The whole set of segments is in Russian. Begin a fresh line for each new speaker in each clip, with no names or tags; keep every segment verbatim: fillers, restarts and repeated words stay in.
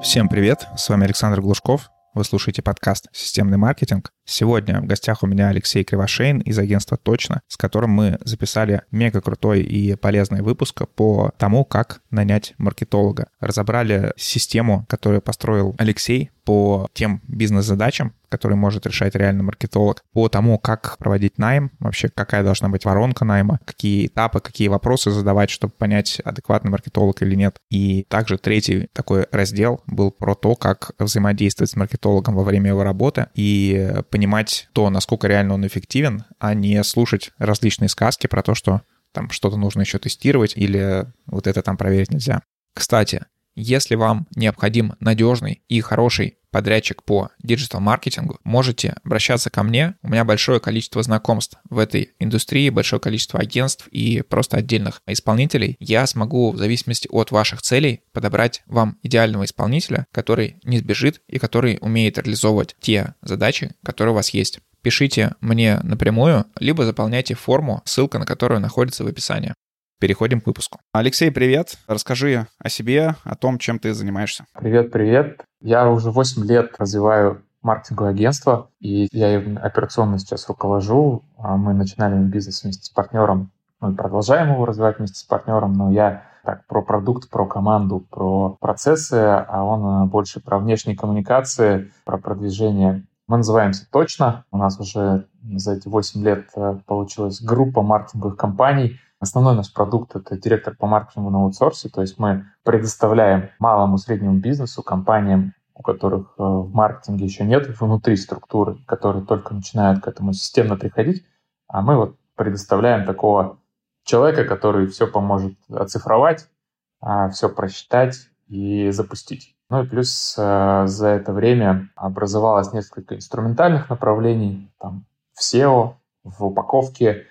Всем привет, с вами Александр Глушков. Вы слушаете подкаст «Системный маркетинг». Сегодня в гостях у меня Алексей Кривошеин из агентства «Точно», с которым мы записали мега крутой и полезный выпуск по тому, как нанять маркетолога. Разобрали систему, которую построил Алексей по тем бизнес-задачам, которые может решать реально маркетолог, по тому, как проводить найм, вообще какая должна быть воронка найма, какие этапы, какие вопросы задавать, чтобы понять, адекватный маркетолог или нет. И также третий такой раздел был про то, как взаимодействовать с маркетологом во время его работы и понимать то, насколько реально он эффективен, а не слушать различные сказки про то, что там что-то нужно еще тестировать или вот это там проверить нельзя. Кстати, если вам необходим надежный и хороший подрядчик по диджитал-маркетингу, можете обращаться ко мне. У меня большое количество знакомств в этой индустрии, большое количество агентств и просто отдельных исполнителей. Я смогу в зависимости от ваших целей подобрать вам идеального исполнителя, который не сбежит и который умеет реализовывать те задачи, которые у вас есть. Пишите мне напрямую, либо заполняйте форму, ссылка на которую находится в описании. Переходим к выпуску. Алексей, привет. Расскажи о себе, о том, чем ты занимаешься.
Привет, привет. Я уже восемь лет развиваю маркетинговое агентство, и я им операционно сейчас руковожу. Мы начинали бизнес вместе с партнером, ну и продолжаем его развивать вместе с партнером, но я так про продукт, про команду, про процессы, а он больше про внешние коммуникации, про продвижение. Мы называемся «Точно». У нас уже за эти восемь лет получилась группа маркетинговых компаний. Основной наш продукт — это директор по маркетингу на аутсорсе, то есть мы предоставляем малому и среднему бизнесу, компаниям, у которых в маркетинге еще нет внутри структуры, которые только начинают к этому системно приходить, а мы вот предоставляем такого человека, который все поможет оцифровать, все просчитать и запустить. Ну и плюс за это время образовалось несколько инструментальных направлений, там, в сео, в упаковке,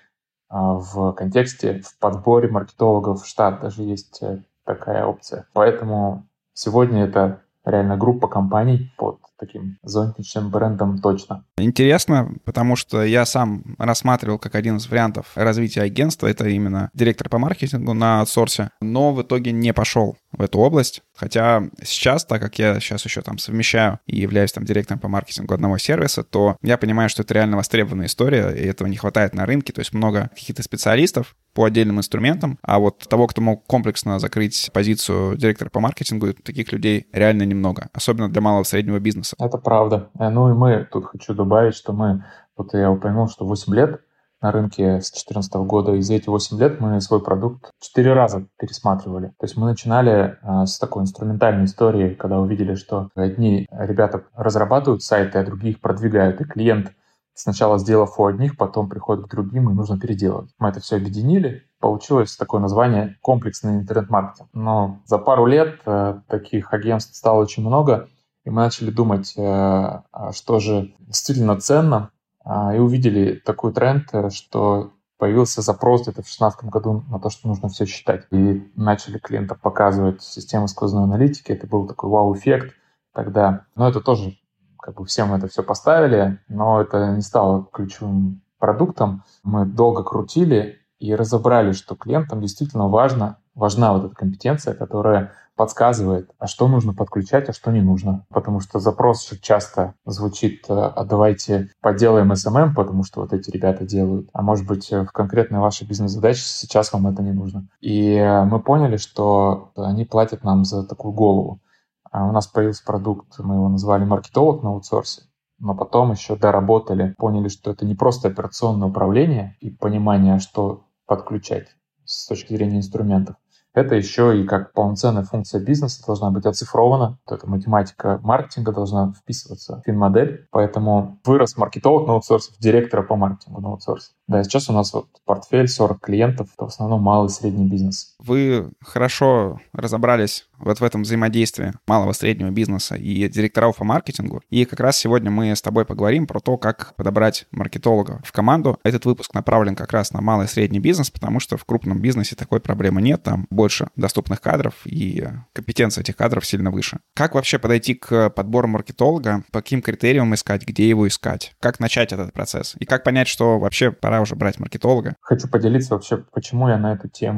в контексте, в подборе маркетологов в штат даже есть такая опция. Поэтому сегодня это реально группа компаний под таким зонтичным брендом «Точно».
Интересно, потому что я сам рассматривал как один из вариантов развития агентства, это именно директор по маркетингу на аутсорсе, но в итоге не пошел в эту область. Хотя сейчас, так как я сейчас еще там совмещаю и являюсь там директором по маркетингу одного сервиса, то я понимаю, что это реально востребованная история, и этого не хватает на рынке. То есть много каких-то специалистов по отдельным инструментам, а вот того, кто мог комплексно закрыть позицию директора по маркетингу, таких людей реально немного, особенно для малого и среднего бизнеса.
Это правда. Ну и мы, тут хочу добавить, что мы, вот я упомянул, что восемь лет на рынке с две тысячи четырнадцатого года, и за эти восемь лет мы свой продукт четыре раза пересматривали. То есть мы начинали а, с такой инструментальной истории, когда увидели, что одни ребята разрабатывают сайты, а другие их продвигают, и клиент, сначала сделав у одних, потом приходит к другим, и нужно переделывать. Мы это все объединили, получилось такое название «комплексный интернет-маркетинг». Но за пару лет э, таких агентств стало очень много, и мы начали думать, э, что же действительно ценно, и увидели такой тренд, что появился запрос где-то в две тысячи шестнадцатом году на то, что нужно все считать. И начали клиентам показывать систему сквозной аналитики. Это был такой вау-эффект тогда. Но это тоже, как бы всем это все поставили, но это не стало ключевым продуктом. Мы долго крутили и разобрали, что клиентам действительно важно, важна вот эта компетенция, которая подсказывает, а что нужно подключать, а что не нужно. Потому что запрос же часто звучит: а давайте поделаем эс эм эм, потому что вот эти ребята делают. А может быть, в конкретной вашей бизнес-задаче сейчас вам это не нужно. И мы поняли, что они платят нам за такую голову. А у нас появился продукт, мы его назвали «Маркетолог на аутсорсе». Но потом еще доработали, поняли, что это не просто операционное управление и понимание, что подключать с точки зрения инструментов. Это еще и как полноценная функция бизнеса должна быть оцифрована. Вот эта математика маркетинга должна вписываться в финмодель. Поэтому вырос маркетолог на аутсорсе в директора по маркетингу на аутсорсе. Да, сейчас у нас вот портфель сорок клиентов, это в основном малый и средний бизнес.
Вы хорошо разобрались вот в этом взаимодействии малого и среднего бизнеса и директоров по маркетингу. И как раз сегодня мы с тобой поговорим про то, как подобрать маркетолога в команду. Этот выпуск направлен как раз на малый и средний бизнес, потому что в крупном бизнесе такой проблемы нет. Там больше доступных кадров, и компетенция этих кадров сильно выше. Как вообще подойти к подбору маркетолога? По каким критериям искать? Где его искать? Как начать этот процесс? И как понять, что вообще пора уже брать маркетолога?
Хочу поделиться вообще, почему я на эту тему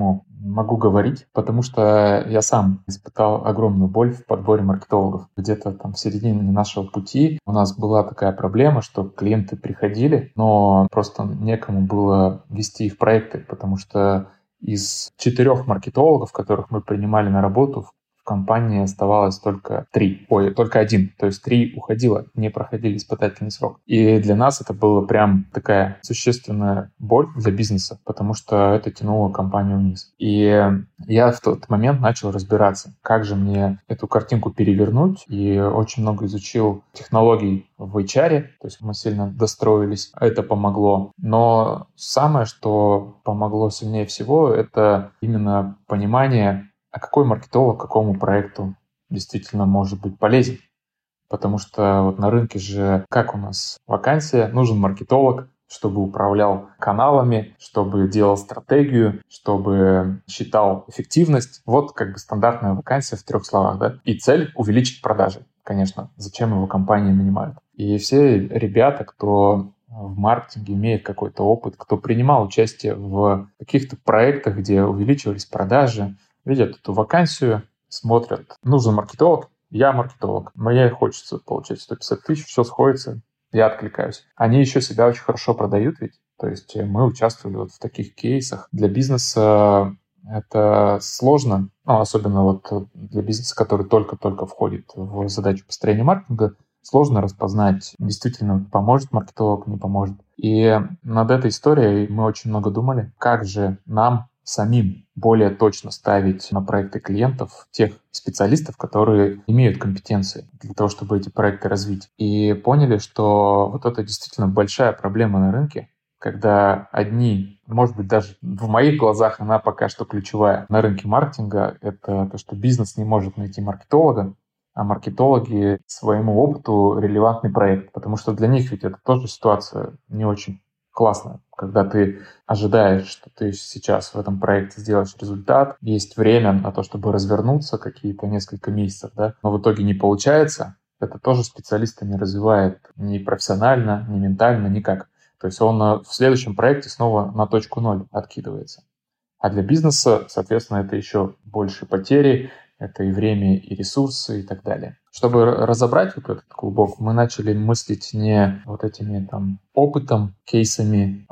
могу говорить, потому что я сам испытал огромную боль в подборе маркетологов. Где-то там в середине нашего пути у нас была такая проблема, что клиенты приходили, но просто некому было вести их проекты, потому что из четырех маркетологов, которых мы принимали на работу, в компании оставалось только три. Ой, только один. То есть три уходило, не проходили испытательный срок. И для нас это было прям такая существенная боль для бизнеса, потому что это тянуло компанию вниз. И я в тот момент начал разбираться, как же мне эту картинку перевернуть, и очень много изучил технологий в эйч ар, то есть мы сильно достроились, это помогло. Но самое, что помогло сильнее всего, это именно понимание, а какой маркетолог какому проекту действительно может быть полезен. Потому что вот на рынке же, как у нас вакансия, нужен маркетолог, чтобы управлял каналами, чтобы делал стратегию, чтобы считал эффективность. Вот как бы стандартная вакансия в трех словах, да. И цель — увеличить продажи, конечно. Зачем его компании нанимают? И все ребята, кто в маркетинге имеет какой-то опыт, кто принимал участие в каких-то проектах, где увеличивались продажи, видят эту вакансию, смотрят, нужен маркетолог, я маркетолог, мне хочется получать сто пятьдесят тысяч, все сходится, я откликаюсь. Они еще себя очень хорошо продают ведь, то есть мы участвовали вот в таких кейсах. Для бизнеса это сложно, ну, особенно вот для бизнеса, который только-только входит в задачу построения маркетинга, сложно распознать, действительно поможет маркетолог, не поможет. И над этой историей мы очень много думали, как же нам самим более точно ставить на проекты клиентов тех специалистов, которые имеют компетенции для того, чтобы эти проекты развить. И поняли, что вот это действительно большая проблема на рынке, когда одни, может быть, даже в моих глазах она пока что ключевая на рынке маркетинга, это то, что бизнес не может найти маркетолога, а маркетологи своему опыту релевантный проект, потому что для них ведь это тоже ситуация не очень классно, когда ты ожидаешь, что ты сейчас в этом проекте сделаешь результат, есть время на то, чтобы развернуться, какие-то несколько месяцев, да, но в итоге не получается, это тоже специалиста не развивает ни профессионально, ни ментально, никак. То есть он в следующем проекте снова на точку ноль откидывается. А для бизнеса, соответственно, это еще больше потери, это и время, и ресурсы, и так далее. Чтобы разобрать вот этот клубок, мы начали мыслить не вот этими там опытом, кейсами,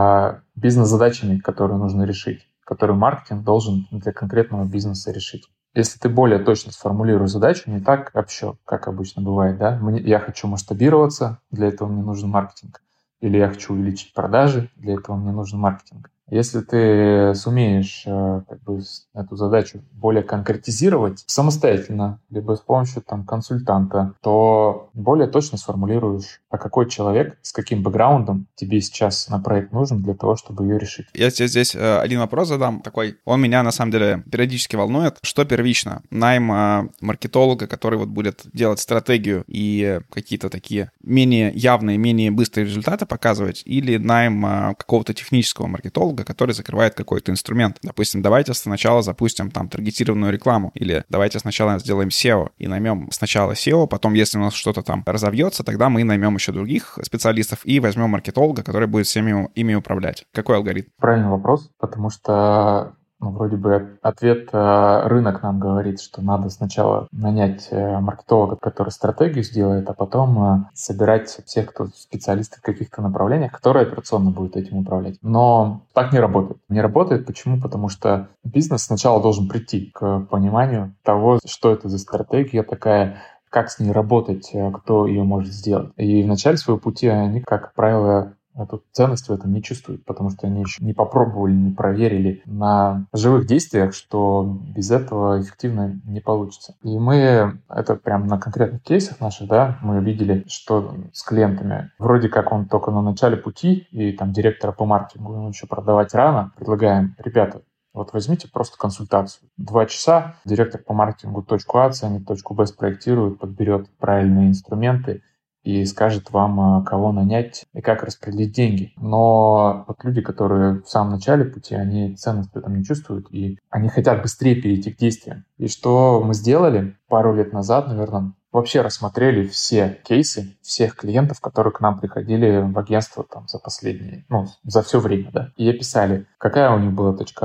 а бизнес-задачами, которые нужно решить, которые маркетинг должен для конкретного бизнеса решить. Если ты более точно сформулируешь задачу, не так общо, как обычно бывает, да, мне, я хочу масштабироваться, для этого мне нужен маркетинг, или я хочу увеличить продажи, для этого мне нужен маркетинг. Если ты сумеешь как бы, эту задачу более конкретизировать самостоятельно, либо с помощью там, консультанта, то более точно сформулируешь, а какой человек с каким бэкграундом тебе сейчас на проект нужен для того, чтобы ее решить.
Я тебе здесь один вопрос задам такой. Он меня, на самом деле, периодически волнует. Что первично? Найм маркетолога, который вот будет делать стратегию и какие-то такие менее явные, менее быстрые результаты показывать, или найм какого-то технического маркетолога, который закрывает какой-то инструмент. Допустим, давайте сначала запустим там таргетированную рекламу, или давайте сначала сделаем сео и наймем сначала сео, потом, если у нас что-то там разовьется, тогда мы наймем еще других специалистов и возьмем маркетолога, который будет всеми ими управлять. Какой алгоритм?
Правильный вопрос, потому что ну, вроде бы ответ э, рынок нам говорит, что надо сначала нанять э, маркетолога, который стратегию сделает, а потом э, собирать всех, кто специалисты в каких-то направлениях, которые операционно будут этим управлять. Но так не работает. Не работает почему? Потому что бизнес сначала должен прийти к пониманию того, что это за стратегия такая, как с ней работать, кто ее может сделать. И в начале своего пути они, как правило, эту ценность в этом не чувствуют, потому что они еще не попробовали, не проверили на живых действиях, что без этого эффективно не получится. И мы это прям на конкретных кейсах наших, да, мы видели, что с клиентами вроде как он только на начале пути, и там директора по маркетингу ему еще продавать рано, предлагаем, ребята, вот возьмите просто консультацию. Два часа директор по маркетингу точку А оценит, точку Б спроектирует, подберет правильные инструменты и скажет вам, кого нанять и как распределить деньги. Но вот люди, которые в самом начале пути, они ценность в этом не чувствуют, и они хотят быстрее перейти к действиям. И что мы сделали пару лет назад, наверное, вообще рассмотрели все кейсы всех клиентов, которые к нам приходили в агентство там, за последние, ну, за все время, да. И описали, какая у них была точка А,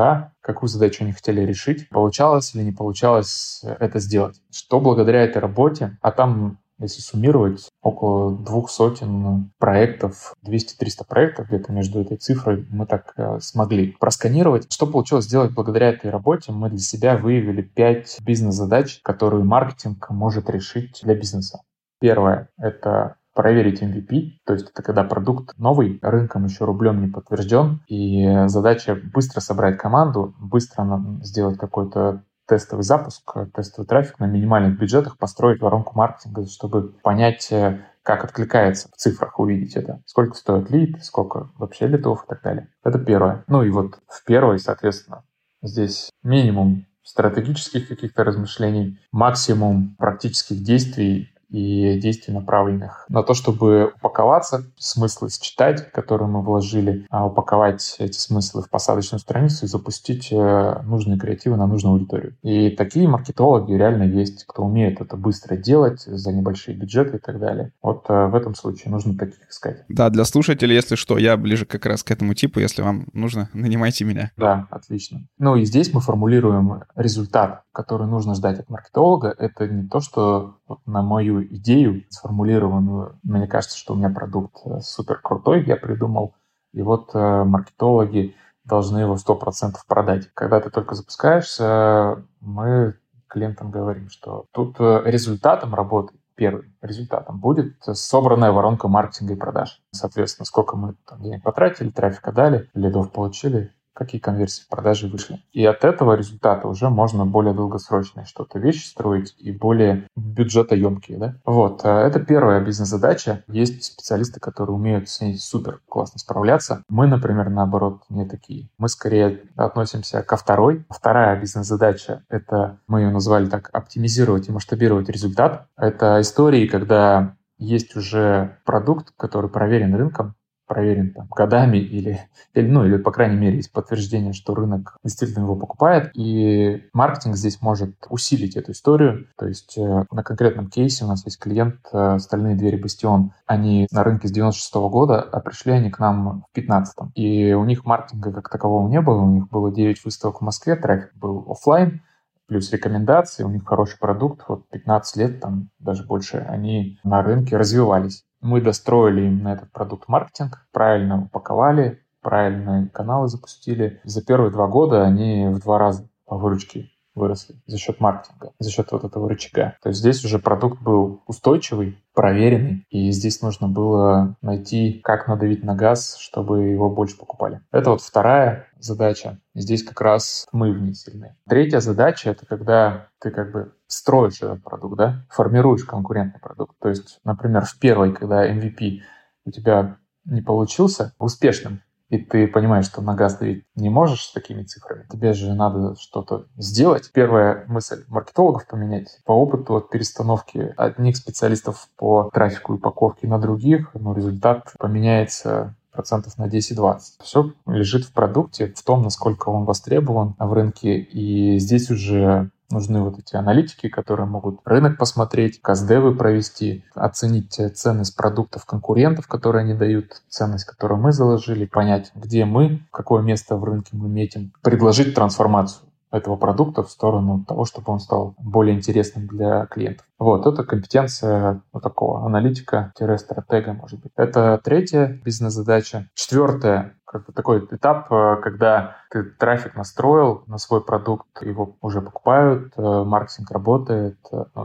какую задачу они хотели решить, получалось или не получалось это сделать. Что благодаря этой работе, а там, если суммировать, около двух сотен проектов, двести-триста проектов где-то между этой цифрой мы так э, смогли просканировать. Что получилось сделать благодаря этой работе? Мы для себя выявили пять бизнес-задач, которые маркетинг может решить для бизнеса. Первое — это проверить эм ви пи, то есть это когда продукт новый, рынком еще рублем не подтвержден, и задача быстро собрать команду, быстро сделать какой-то тестовый запуск, тестовый трафик на минимальных бюджетах, построить воронку маркетинга, чтобы понять, как откликается в цифрах, увидеть это. Сколько стоит лид, сколько вообще лидов и так далее. Это первое. Ну и вот в первой, соответственно, здесь минимум стратегических каких-то размышлений, максимум практических действий и действий, направленных на то, чтобы упаковаться, смыслы считать, которые мы вложили, а упаковать эти смыслы в посадочную страницу и запустить нужные креативы на нужную аудиторию. И такие маркетологи реально есть, кто умеет это быстро делать за небольшие бюджеты и так далее. Вот в этом случае нужно таких искать.
Да, для слушателей, если что, я ближе как раз к этому типу. Если вам нужно, нанимайте меня.
Да, отлично. Ну и здесь мы формулируем результат, который нужно ждать от маркетолога. Это не то, что вот на мою идею сформулированную, мне кажется, что у меня продукт супер крутой, я придумал, и вот э, маркетологи должны его сто процентов продать. Когда ты только запускаешься, мы клиентам говорим, что тут результатом работы, первым результатом будет собранная воронка маркетинга и продаж. Соответственно, сколько мы там денег потратили, трафика дали, лидов получили, какие конверсии в продаже вышли. И от этого результата уже можно более долгосрочные что-то вещи строить и более бюджетоемкие. Да? Вот. Это первая бизнес-задача. Есть специалисты, которые умеют с ней супер классно справляться. Мы, например, наоборот, не такие. Мы скорее относимся ко второй. Вторая бизнес-задача — это, мы ее назвали так, оптимизировать и масштабировать результат. Это истории, когда есть уже продукт, который проверен рынком, проверен там годами или, или, ну, или, по крайней мере, есть подтверждение, что рынок действительно его покупает, и маркетинг здесь может усилить эту историю. То есть э, на конкретном кейсе у нас есть клиент э, «Стальные двери Бастион». Они на рынке с девяносто шестого года, а пришли они к нам в пятнадцатом. И у них маркетинга как такового не было, у них было девять выставок в Москве, трафик был офлайн, плюс рекомендации, у них хороший продукт, вот пятнадцать лет, там даже больше, они на рынке развивались. Мы достроили им на этот продукт маркетинг, правильно упаковали, правильные каналы запустили. За первые два года они в два раза по выручке выросли за счет маркетинга, за счет вот этого рычага. То есть здесь уже продукт был устойчивый, проверенный, и здесь нужно было найти, как надавить на газ, чтобы его больше покупали. Это вот вторая задача. И здесь как раз мы в ней сильны. Третья задача — это когда ты как бы строишь этот продукт, да, формируешь конкурентный продукт. То есть, например, в первой, когда эм ви пи у тебя не получился успешным, и ты понимаешь, что на газ давить не можешь с такими цифрами, тебе же надо что-то сделать. Первая мысль — маркетологов поменять. По опыту от перестановки одних специалистов по трафику и упаковке на других, ну, результат поменяется процентов на десять-двадцать. Все лежит в продукте, в том, насколько он востребован в рынке. И здесь уже нужны вот эти аналитики, которые могут рынок посмотреть, каздевы провести, оценить ценность продуктов конкурентов, которые они дают, ценность, которую мы заложили, понять, где мы, какое место в рынке мы метим, предложить трансформацию этого продукта в сторону того, чтобы он стал более интересным для клиентов. Вот, это компетенция вот такого аналитика-стратега, может быть. Это третья бизнес-задача. Четвертая, как бы такой этап, когда ты трафик настроил на свой продукт, его уже покупают, маркетинг работает,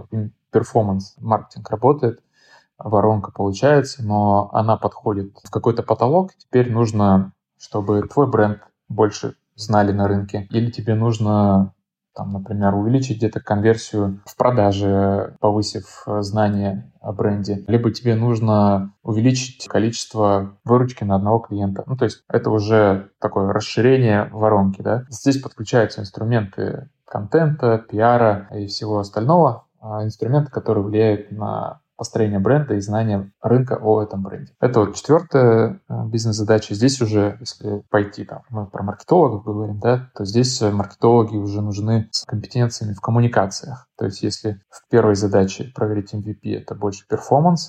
перформанс маркетинг работает, воронка получается, но она подходит в какой-то потолок. Теперь нужно, чтобы твой бренд больше знали на рынке, или тебе нужно, там, например, увеличить где-то конверсию в продаже, повысив знания о бренде, либо тебе нужно увеличить количество выручки на одного клиента. Ну, то есть это уже такое расширение воронки, да. Здесь подключаются инструменты контента, пиара и всего остального, инструменты, которые влияют на построение бренда и знание рынка о этом бренде. Это вот четвертая бизнес-задача. Здесь уже, если пойти, там, мы про маркетологов говорим, да, то здесь маркетологи уже нужны с компетенциями в коммуникациях. То есть если в первой задаче проверить эм ви пи это больше перформанс,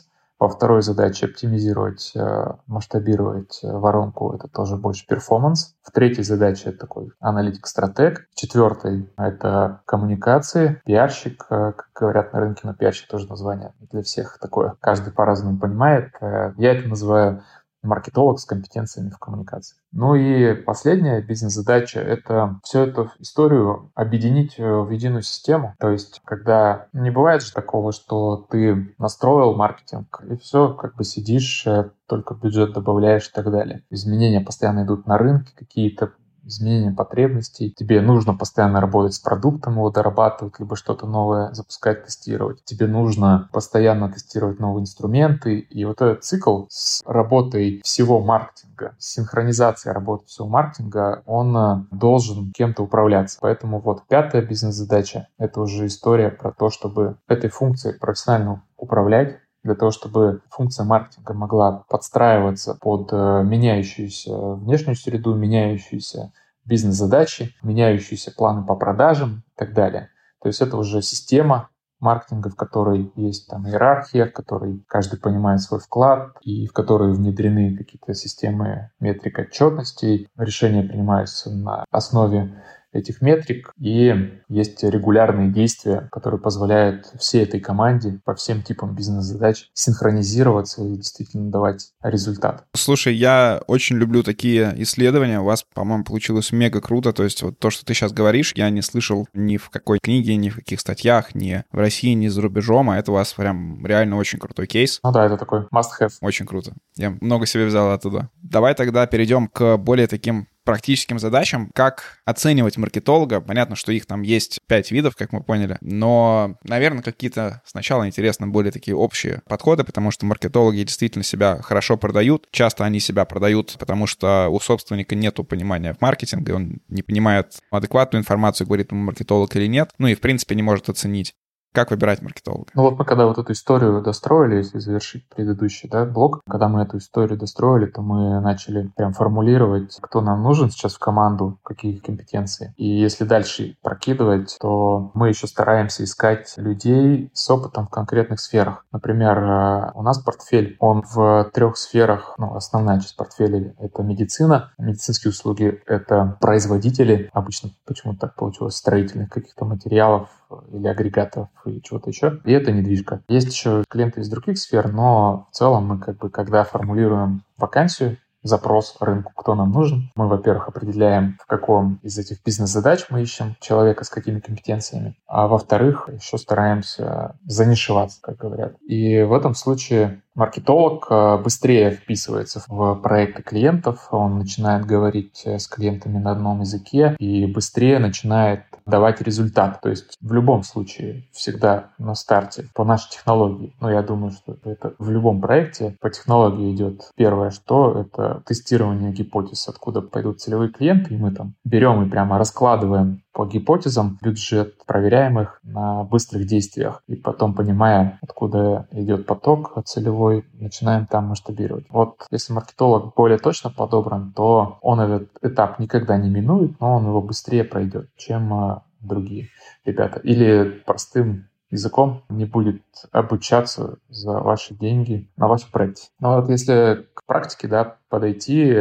По второй задаче оптимизировать, масштабировать воронку, это тоже больше перформанс. В третьей задаче это такой аналитик-стратег. В четвертой это коммуникации, пиарщик, как говорят на рынке, но пиарщик тоже название для всех такое. Каждый по-разному понимает. Я это называю маркетолог с компетенциями в коммуникации. Ну и последняя бизнес-задача — это всю эту историю объединить в единую систему. То есть, когда не бывает же такого, что ты настроил маркетинг, и все, как бы сидишь, только бюджет добавляешь и так далее. Изменения постоянно идут на рынке, какие-то изменения потребностей. Тебе нужно постоянно работать с продуктом, его дорабатывать, либо что-то новое запускать, тестировать. Тебе нужно постоянно тестировать новые инструменты. И вот этот цикл с работой всего маркетинга, с синхронизацией работы всего маркетинга, он должен кем-то управляться. Поэтому вот пятая бизнес-задача — это уже история про то, чтобы этой функцией профессионально управлять, для того, чтобы функция маркетинга могла подстраиваться под меняющуюся внешнюю среду, меняющиеся бизнес-задачи, меняющиеся планы по продажам и так далее. То есть это уже система маркетинга, в которой есть там иерархия, в которой каждый понимает свой вклад и в которой внедрены какие-то системы метрик отчетностей. Решения принимаются на основе этих метрик, и есть регулярные действия, которые позволяют всей этой команде по всем типам бизнес-задач синхронизироваться и действительно давать результат.
Слушай, я очень люблю такие исследования. У вас, по-моему, получилось мега круто. То есть вот то, что ты сейчас говоришь, я не слышал ни в какой книге, ни в каких статьях, ни в России, ни за рубежом, а это у вас прям реально очень крутой кейс.
Ну да, это такой must-have.
Очень круто. Я много себе взял оттуда. Давай тогда перейдем к более таким практическим задачам. Как оценивать маркетолога? Понятно, что их там есть пять видов, как мы поняли, но, наверное, какие-то сначала интересны более такие общие подходы, потому что маркетологи действительно себя хорошо продают. Часто они себя продают, потому что у собственника нету понимания в маркетинге, он не понимает адекватную информацию, говорит ему маркетолог или нет, ну и, в принципе, не может оценить. Как выбирать маркетолога?
Ну вот мы когда вот эту историю достроили, если завершить предыдущий да, блок, когда мы эту историю достроили, то мы начали прям формулировать, кто нам нужен сейчас в команду, какие компетенции. И если дальше прокидывать, то мы еще стараемся искать людей с опытом в конкретных сферах. Например, у нас портфель, он в трех сферах, ну, основная часть портфеля — это медицина, медицинские услуги — это производители, обычно почему-то так получилось, строительных каких-то материалов или агрегатов и чего-то еще. И это недвижка. Есть еще клиенты из других сфер, но в целом мы как бы, когда формулируем вакансию, запрос рынку, кто нам нужен, мы, во-первых, определяем, в каком из этих бизнес-задач мы ищем человека с какими компетенциями, а во-вторых, еще стараемся занишеваться, как говорят. И в этом случае маркетолог быстрее вписывается в проекты клиентов, он начинает говорить с клиентами на одном языке и быстрее начинает давать результат. То есть в любом случае всегда на старте по нашей технологии, ну я думаю, что это в любом проекте по технологии идет первое, что это тестирование гипотез, откуда пойдут целевые клиенты, и мы там берем и прямо раскладываем по гипотезам бюджет, проверяем их на быстрых действиях, и потом, понимая, откуда идет поток целевой, начинаем там масштабировать. Вот если маркетолог более точно подобран, то он этот этап никогда не минует, но он его быстрее пройдет, чем другие ребята. Или простым языком не будет обучаться за ваши деньги на вашем проекте. Но вот если к практике да, подойти,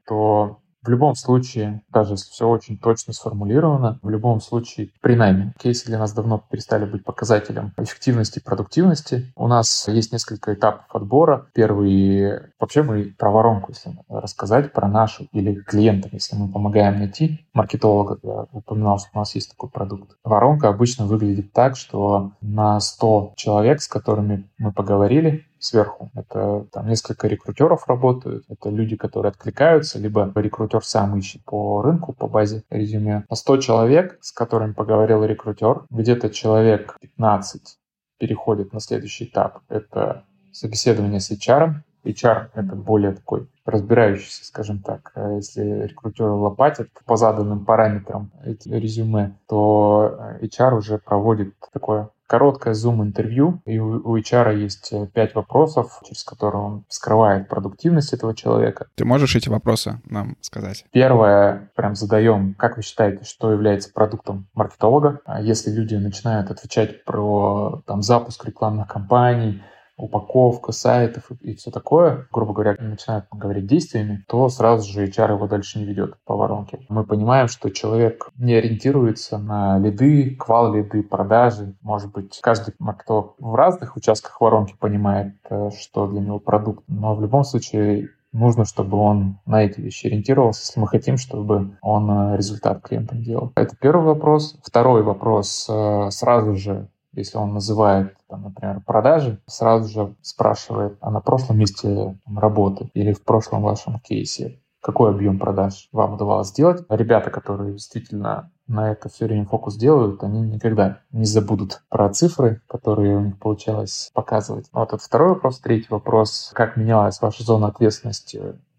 то в любом случае, даже если все очень точно сформулировано, в любом случае при найме кейсы для нас давно перестали быть показателем эффективности и продуктивности. У нас есть несколько этапов отбора. Первый, вообще мы про воронку, если рассказать, про нашу или клиентам, если мы помогаем найти маркетолога, я упоминал, что у нас есть такой продукт. Воронка обычно выглядит так, что на сто человек, с которыми мы поговорили, сверху. Это там несколько рекрутеров работают, это люди, которые откликаются, либо рекрутер сам ищет по рынку, по базе резюме. На сто человек, с которыми поговорил рекрутер, где-то человек пятнадцать переходит на следующий этап. Это собеседование с эйч ар. эйч ар — это более такой разбирающийся, скажем так. Если рекрутеры лопатят по заданным параметрам эти резюме, то эйч ар уже проводит такое короткое зум-интервью, и у эйч ар есть пять вопросов, через которые он вскрывает продуктивность этого человека.
Ты можешь эти вопросы нам сказать?
Первое, прям задаем, как вы считаете, что является продуктом маркетолога? Если люди начинают отвечать про там, запуск рекламных кампаний, упаковка сайтов и, и все такое, грубо говоря, начинают говорить действиями, то сразу же эйч ар его дальше не ведет по воронке. Мы понимаем, что человек не ориентируется на лиды, квал-лиды, продажи. Может быть, каждый маркетолог в разных участках воронки понимает, что для него продукт, но в любом случае нужно, чтобы он на эти вещи ориентировался, если мы хотим, чтобы он результат клиентам делал. Это первый вопрос. Второй вопрос сразу же, если он называет, там, например, продажи, сразу же спрашивает, а на прошлом месте работы или в прошлом вашем кейсе какой объем продаж вам удавалось сделать. Ребята, которые действительно на это все время фокус делают, они никогда не забудут про цифры, которые у них получалось показывать. Вот это второй вопрос. Третий вопрос. Как менялась ваша зона ответственности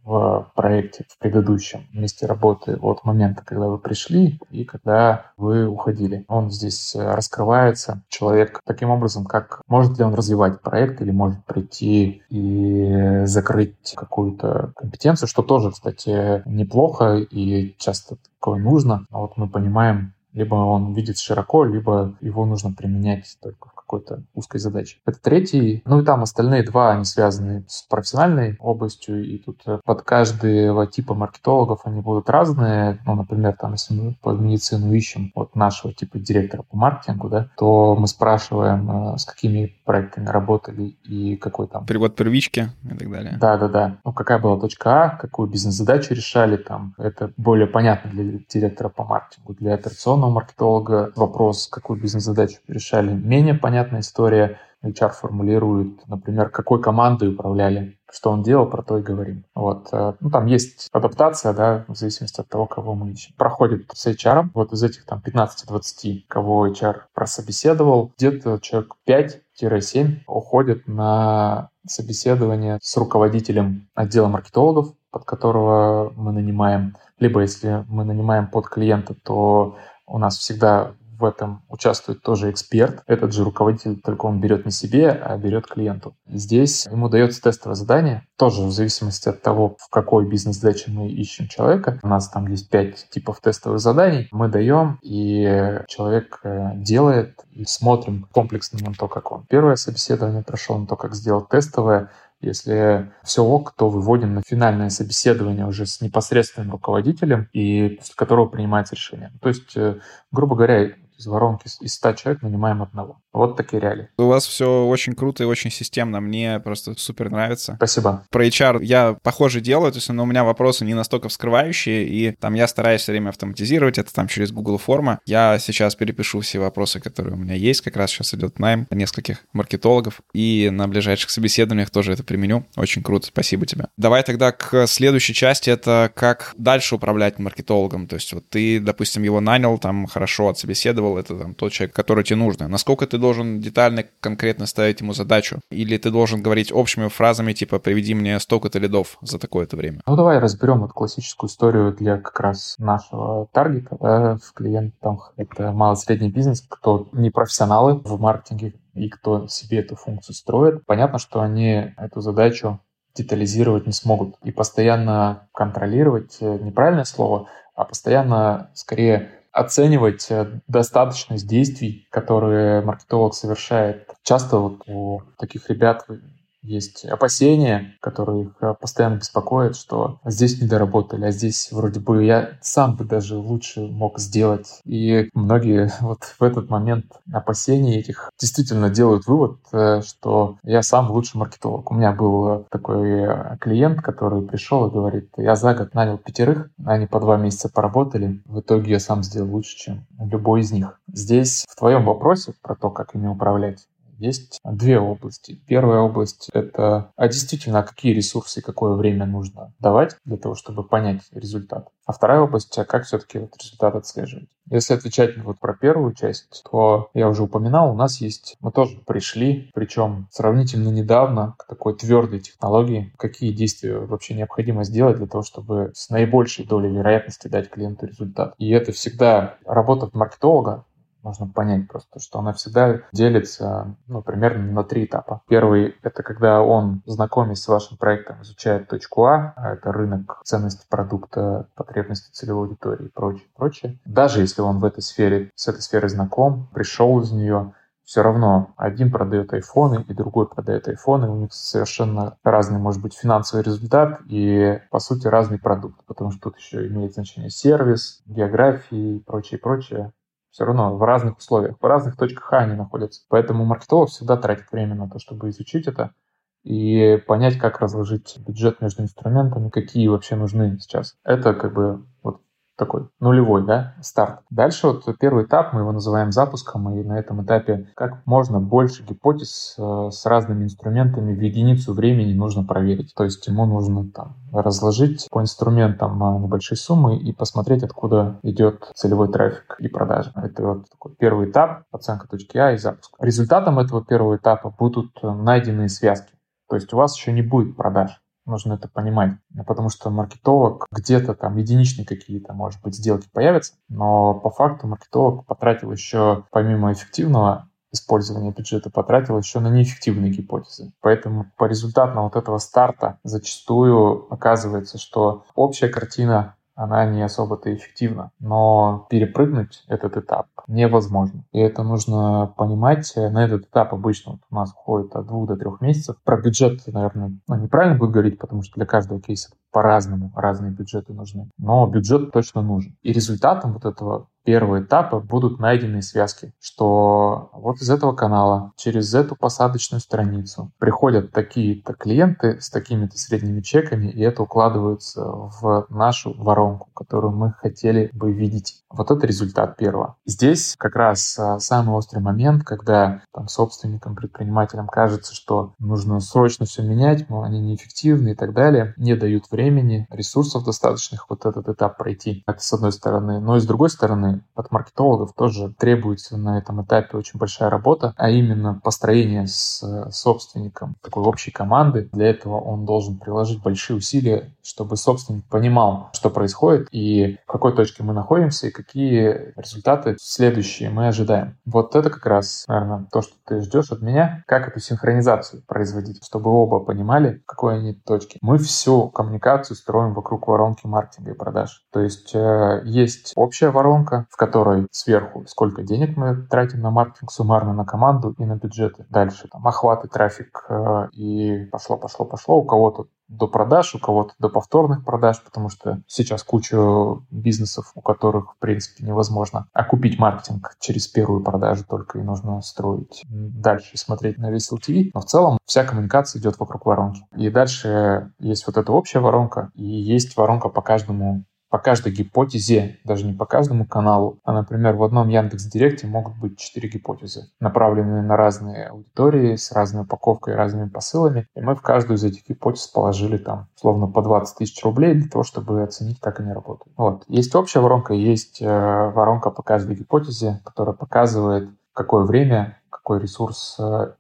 в проекте, в предыдущем месте работы от момента, когда вы пришли и когда вы уходили. Он здесь раскрывается. Человек таким образом, как может ли он развивать проект или может прийти и закрыть какую-то компетенцию, что тоже, кстати, неплохо и часто такое нужно. А вот мы понимаем, либо он видит широко, либо его нужно применять только в какой-то узкой задаче. Это третий. Ну и там остальные два, они связаны с профессиональной областью, и тут под каждого типа маркетологов они будут разные. Ну, например, там, если мы по медицину ищем вот нашего типа директора по маркетингу, да, то мы спрашиваем, с какими проектами работали и какой там...
Перевод первички и так далее.
Да-да-да. Ну, какая была точка А, какую бизнес-задачу решали там. Это более понятно для директора по маркетингу. Для операционного маркетолога вопрос, какую бизнес-задачу решали, менее понятная история. эйч ар формулирует, например, какой командой управляли, что он делал, про то и говорим. Вот. Ну, там есть адаптация, да, в зависимости от того, кого мы ищем. Проходит с эйч ар. Вот из этих там пятнадцати-двадцати, кого эйч ар прособеседовал, где-то человек пять-семь уходит на собеседование с руководителем отдела маркетологов, под которого мы нанимаем. Либо если мы нанимаем под клиента, то у нас всегда в этом участвует тоже эксперт. Этот же руководитель, только он берет не себе, а берет клиенту. Здесь ему дается тестовое задание, тоже в зависимости от того, в какой бизнес-задаче мы ищем человека. У нас там есть пять типов тестовых заданий. Мы даем, и человек делает, и смотрим комплексно на то, как он первое собеседование прошел, на то, как сделал тестовое. Если все ок, то выводим на финальное собеседование уже с непосредственным руководителем, и после которого принимается решение. То есть, грубо говоря, из воронки из ста человек нанимаем одного. Вот такие реалии.
У вас все очень круто и очень системно. Мне просто супер нравится.
Спасибо.
Про эйч ар я похоже делаю, то есть но у меня вопросы не настолько вскрывающие, и там я стараюсь все время автоматизировать это там через Google форма. Я сейчас перепишу все вопросы, которые у меня есть. Как раз сейчас идет найм нескольких маркетологов, и на ближайших собеседованиях тоже это применю. Очень круто, спасибо тебе. Давай тогда к следующей части. Это как дальше управлять маркетологом. То есть вот ты, допустим, его нанял, там хорошо отсобеседовал, это там тот человек, который тебе нужно. Насколько ты должен детально, конкретно ставить ему задачу? Или ты должен говорить общими фразами, типа, приведи мне столько-то лидов за такое-то время?
Ну, давай разберем вот классическую историю для как раз нашего таргета, да, в клиентах. Это малый-средний бизнес, кто не профессионалы в маркетинге и кто себе эту функцию строит. Понятно, что они эту задачу детализировать не смогут. И постоянно контролировать, неправильное слово, а постоянно, скорее, оценивать достаточность действий, которые маркетолог совершает. Часто вот у таких ребят есть опасения, которые их постоянно беспокоят, что здесь не доработали, а здесь вроде бы я сам бы даже лучше мог сделать. И многие вот в этот момент опасений этих действительно делают вывод, что я сам лучший маркетолог. У меня был такой клиент, который пришел и говорит, я за год нанял пятерых, они по два месяца поработали, в итоге я сам сделал лучше, чем любой из них. Здесь в твоем вопросе про то, как ими управлять, есть две области. Первая область — это, а действительно, какие ресурсы и какое время нужно давать для того, чтобы понять результат. А вторая область — а как все-таки вот результат отслеживать. Если отвечать вот про первую часть, то я уже упоминал, у нас есть, мы тоже пришли, причем сравнительно недавно, к такой твердой технологии, какие действия вообще необходимо сделать для того, чтобы с наибольшей долей вероятности дать клиенту результат. И это всегда работа маркетолога. Можно понять просто, что она всегда делится, ну, примерно на три этапа. Первый — это когда он, знакомясь с вашим проектом, изучает точку А, а это рынок, ценности продукта, потребности целевой аудитории и прочее, прочее. Даже если он в этой сфере, с этой сферой знаком, пришел из нее, все равно один продает айфоны, и другой продает айфоны, у них совершенно разный, может быть, финансовый результат и, по сути, разный продукт, потому что тут еще имеет значение сервис, география и прочее, прочее. Все равно в разных условиях, в разных точках А они находятся. Поэтому маркетолог всегда тратит время на то, чтобы изучить это и понять, как разложить бюджет между инструментами, какие вообще нужны сейчас. Это как бы вот такой нулевой, да, старт. Дальше вот первый этап, мы его называем запуском, и на этом этапе как можно больше гипотез э, с разными инструментами в единицу времени нужно проверить. То есть ему нужно там разложить по инструментам небольшие суммы и посмотреть, откуда идет целевой трафик и продажи. Это вот такой первый этап, оценка точки А и запуск. Результатом этого первого этапа будут найденные связки. То есть у вас еще не будет продаж. Нужно это понимать, потому что маркетолог где-то там единичные какие-то, может быть, сделки появятся, но по факту маркетолог потратил еще, помимо эффективного использования бюджета, потратил еще на неэффективные гипотезы. Поэтому по результатам вот этого старта зачастую оказывается, что общая картина, она не особо-то эффективна, но перепрыгнуть этот этап невозможно. И это нужно понимать. На этот этап обычно вот у нас уходит от двух до трех месяцев. Про бюджет, наверное, ну, неправильно будет говорить, потому что для каждого кейса по-разному разные бюджеты нужны. Но бюджет точно нужен. И результатом вот этого первого этапа будут найденные связки, что вот из этого канала через эту посадочную страницу приходят такие-то клиенты с такими-то средними чеками, и это укладывается в нашу воронку, которую мы хотели бы видеть. Вот это результат первого. Здесь как раз самый острый момент, когда там, собственникам, предпринимателям кажется, что нужно срочно все менять, но они неэффективны и так далее, не дают времени, ресурсов достаточных вот этот этап пройти. Это с одной стороны. Но и с другой стороны, от маркетологов тоже требуется на этом этапе очень большая работа, а именно построение с собственником такой общей команды. Для этого он должен приложить большие усилия, чтобы собственник понимал, что происходит и в какой точке мы находимся и какие результаты следующие мы ожидаем. Вот это как раз, наверное, то, что ты ждешь от меня, как эту синхронизацию производить, чтобы оба понимали, в какой они точке. Мы всю коммуникацию строим вокруг воронки маркетинга и продаж. То есть э, есть общая воронка, в которой сверху сколько денег мы тратим на маркетинг суммарно, на команду и на бюджеты. Дальше там охваты, трафик э, и пошло, пошло, пошло. У кого-то до продаж, у кого-то до повторных продаж, потому что сейчас куча бизнесов, у которых, в принципе, невозможно окупить маркетинг через первую продажу только, и нужно строить дальше, смотреть на весь эл ти ви. Но в целом вся коммуникация идет вокруг воронки. И дальше есть вот эта общая воронка, и есть воронка по каждому по каждой гипотезе, даже не по каждому каналу, а, например, в одном Яндекс.Директе могут быть четыре гипотезы, направленные на разные аудитории, с разной упаковкой и разными посылами, и мы в каждую из этих гипотез положили там, словно по двадцать тысяч рублей для того, чтобы оценить, как они работают. Вот. Есть общая воронка, есть э, воронка по каждой гипотезе, которая показывает, в какое время, какой ресурс,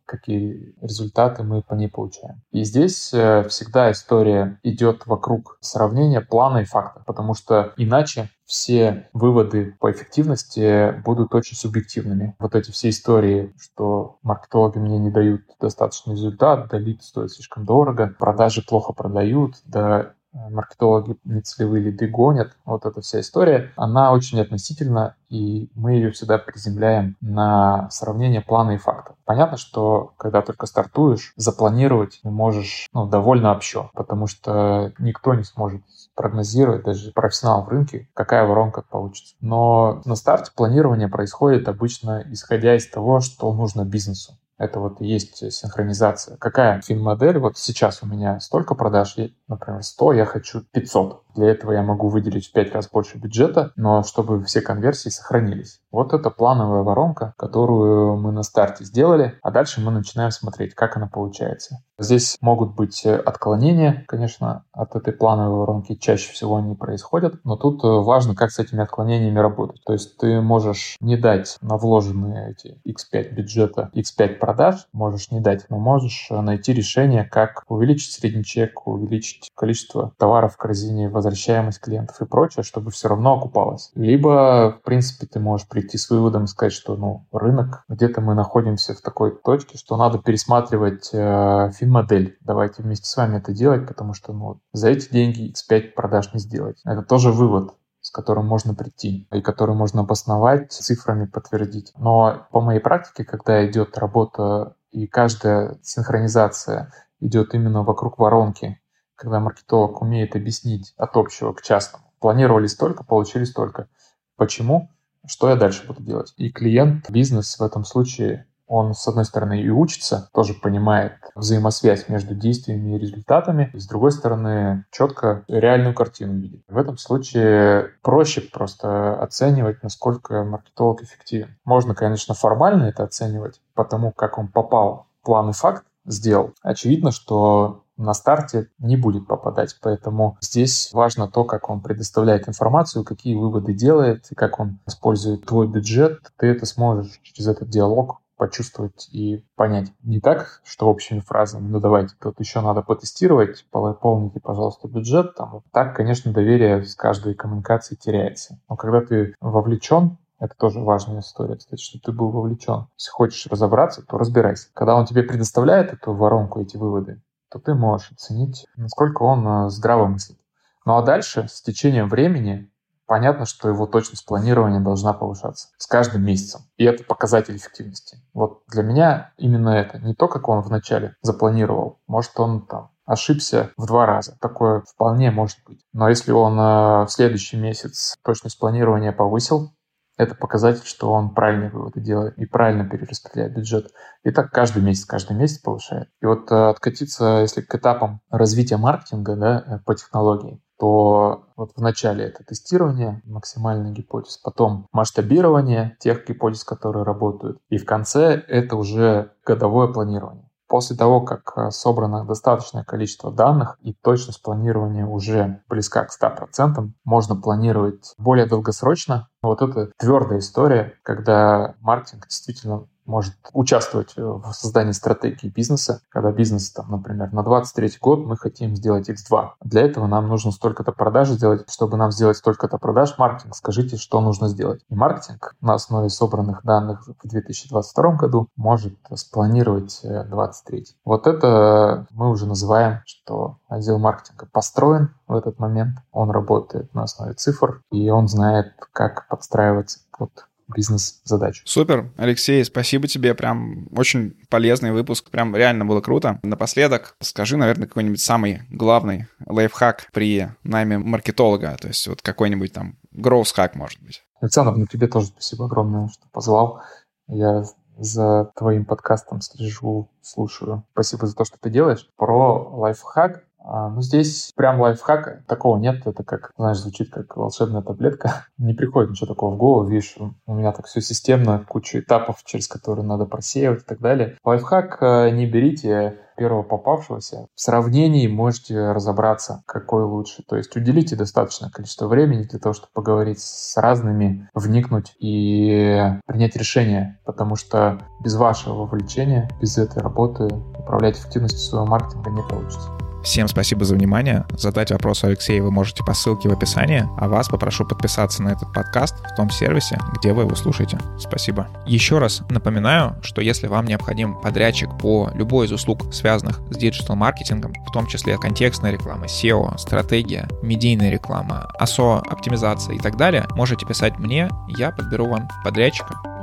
какие результаты мы по ней получаем. И здесь всегда история идет вокруг сравнения плана и факта, потому что иначе все выводы по эффективности будут очень субъективными. Вот эти все истории, что маркетологи мне не дают достаточный результат, да лид стоит слишком дорого, продажи плохо продают, да маркетологи нецелевые лиды гонят, вот эта вся история, она очень относительна, и мы ее всегда приземляем на сравнение плана и факта. Понятно, что когда только стартуешь, запланировать ты можешь ну, довольно общо, потому что никто не сможет прогнозировать, даже профессионал в рынке, какая воронка получится. Но на старте планирование происходит обычно исходя из того, что нужно бизнесу. Это вот и есть синхронизация. Какая фин-модель? Вот сейчас у меня столько продаж, например, сто, я хочу пятьсот. Для этого я могу выделить в пять раз больше бюджета, но чтобы все конверсии сохранились. Вот это плановая воронка, которую мы на старте сделали, а дальше мы начинаем смотреть, как она получается. Здесь могут быть отклонения, конечно, от этой плановой воронки, чаще всего они происходят, но тут важно, как с этими отклонениями работать. То есть ты можешь не дать на вложенные эти икс пять бюджета, икс пять продаж, можешь не дать, но можешь найти решение, как увеличить средний чек, увеличить количество товаров в корзине, возвращаемость клиентов и прочее, чтобы все равно окупалось. Либо, в принципе, ты можешь прийти с выводом и сказать, что ну, рынок, где-то мы находимся в такой точке, что надо пересматривать э, фин-модель. Давайте вместе с вами это делать, потому что ну, за эти деньги икс пять продаж не сделать. Это тоже вывод, с которым можно прийти и который можно обосновать, цифрами подтвердить. Но по моей практике, когда идет работа и каждая синхронизация идет именно вокруг воронки, когда маркетолог умеет объяснить от общего к частному. Планировали столько, получили столько. Почему? Что я дальше буду делать? И клиент, бизнес в этом случае, он, с одной стороны, и учится, тоже понимает взаимосвязь между действиями и результатами, и, с другой стороны, четко реальную картину видит. В этом случае проще просто оценивать, насколько маркетолог эффективен. Можно, конечно, формально это оценивать, потому как он попал в план и факт, сделал. Очевидно, что на старте не будет попадать, поэтому здесь важно то, как он предоставляет информацию, какие выводы делает, и как он использует твой бюджет. Ты это сможешь через этот диалог почувствовать и понять. Не так, что общими фразами, ну давайте, тут еще надо потестировать, пополните, пожалуйста, бюджет. Там. Так, конечно, доверие с каждой коммуникацией теряется. Но когда ты вовлечен, это тоже важная история, кстати, что ты был вовлечен. Если хочешь разобраться, то разбирайся. Когда он тебе предоставляет эту воронку, эти выводы, то ты можешь оценить, насколько он здраво мыслит. Ну а дальше, с течением времени, понятно, что его точность планирования должна повышаться с каждым месяцем. И это показатель эффективности. Вот для меня именно это. Не то, как он вначале запланировал. Может, он там ошибся в два раза. Такое вполне может быть. Но если он в следующий месяц точность планирования повысил, это показатель, что он правильные выводы делает и правильно перераспределяет бюджет. И так каждый месяц, каждый месяц повышает. И вот откатиться, если к этапам развития маркетинга, да, по технологии, то вот в начале это тестирование максимальной гипотез, потом масштабирование тех гипотез, которые работают, и в конце это уже годовое планирование. После того, как собрано достаточное количество данных и точность планирования уже близка к ста процентам, можно планировать более долгосрочно. Вот это твердая история, когда маркетинг действительно может участвовать в создании стратегии бизнеса, когда бизнес, там, например, на двадцать третий год мы хотим сделать икс два. Для этого нам нужно столько-то продаж сделать. Чтобы нам сделать столько-то продаж, маркетинг, скажите, что нужно сделать. И маркетинг на основе собранных данных в две тысячи двадцать втором году может спланировать двадцать третий. Вот это мы уже называем, что отдел маркетинга построен в этот момент. Он работает на основе цифр, и он знает, как подстраиваться под бизнес-задачу.
Супер, Алексей, спасибо тебе, прям очень полезный выпуск, прям реально было круто. Напоследок скажи, наверное, какой-нибудь самый главный лайфхак при найме маркетолога, то есть вот какой-нибудь там growth-хак, может быть.
Александр, ну тебе тоже спасибо огромное, что позвал. Я за твоим подкастом слежу, слушаю. Спасибо за то, что ты делаешь. Про лайфхак. Ну, здесь прям лайфхака такого нет. Это как, знаешь, звучит как волшебная таблетка. Не приходит ничего такого в голову. Видишь, у меня так все системно, куча этапов, через которые надо просеивать и так далее. Лайфхак не берите первого попавшегося. В сравнении можете разобраться, какой лучше. То есть уделите достаточное количество времени для того, чтобы поговорить с разными, вникнуть и принять решение. Потому что без вашего вовлечения, без этой работы управлять эффективностью своего маркетинга не получится.
Всем спасибо за внимание. Задать вопрос Алексею вы можете по ссылке в описании, а вас попрошу подписаться на этот подкаст в том сервисе, где вы его слушаете. Спасибо. Еще раз напоминаю, что если вам необходим подрядчик по любой из услуг, связанных с диджитал-маркетингом, в том числе контекстная реклама, сео, стратегия, медийная реклама, эй эс о, оптимизация и так далее, можете писать мне, я подберу вам подрядчика.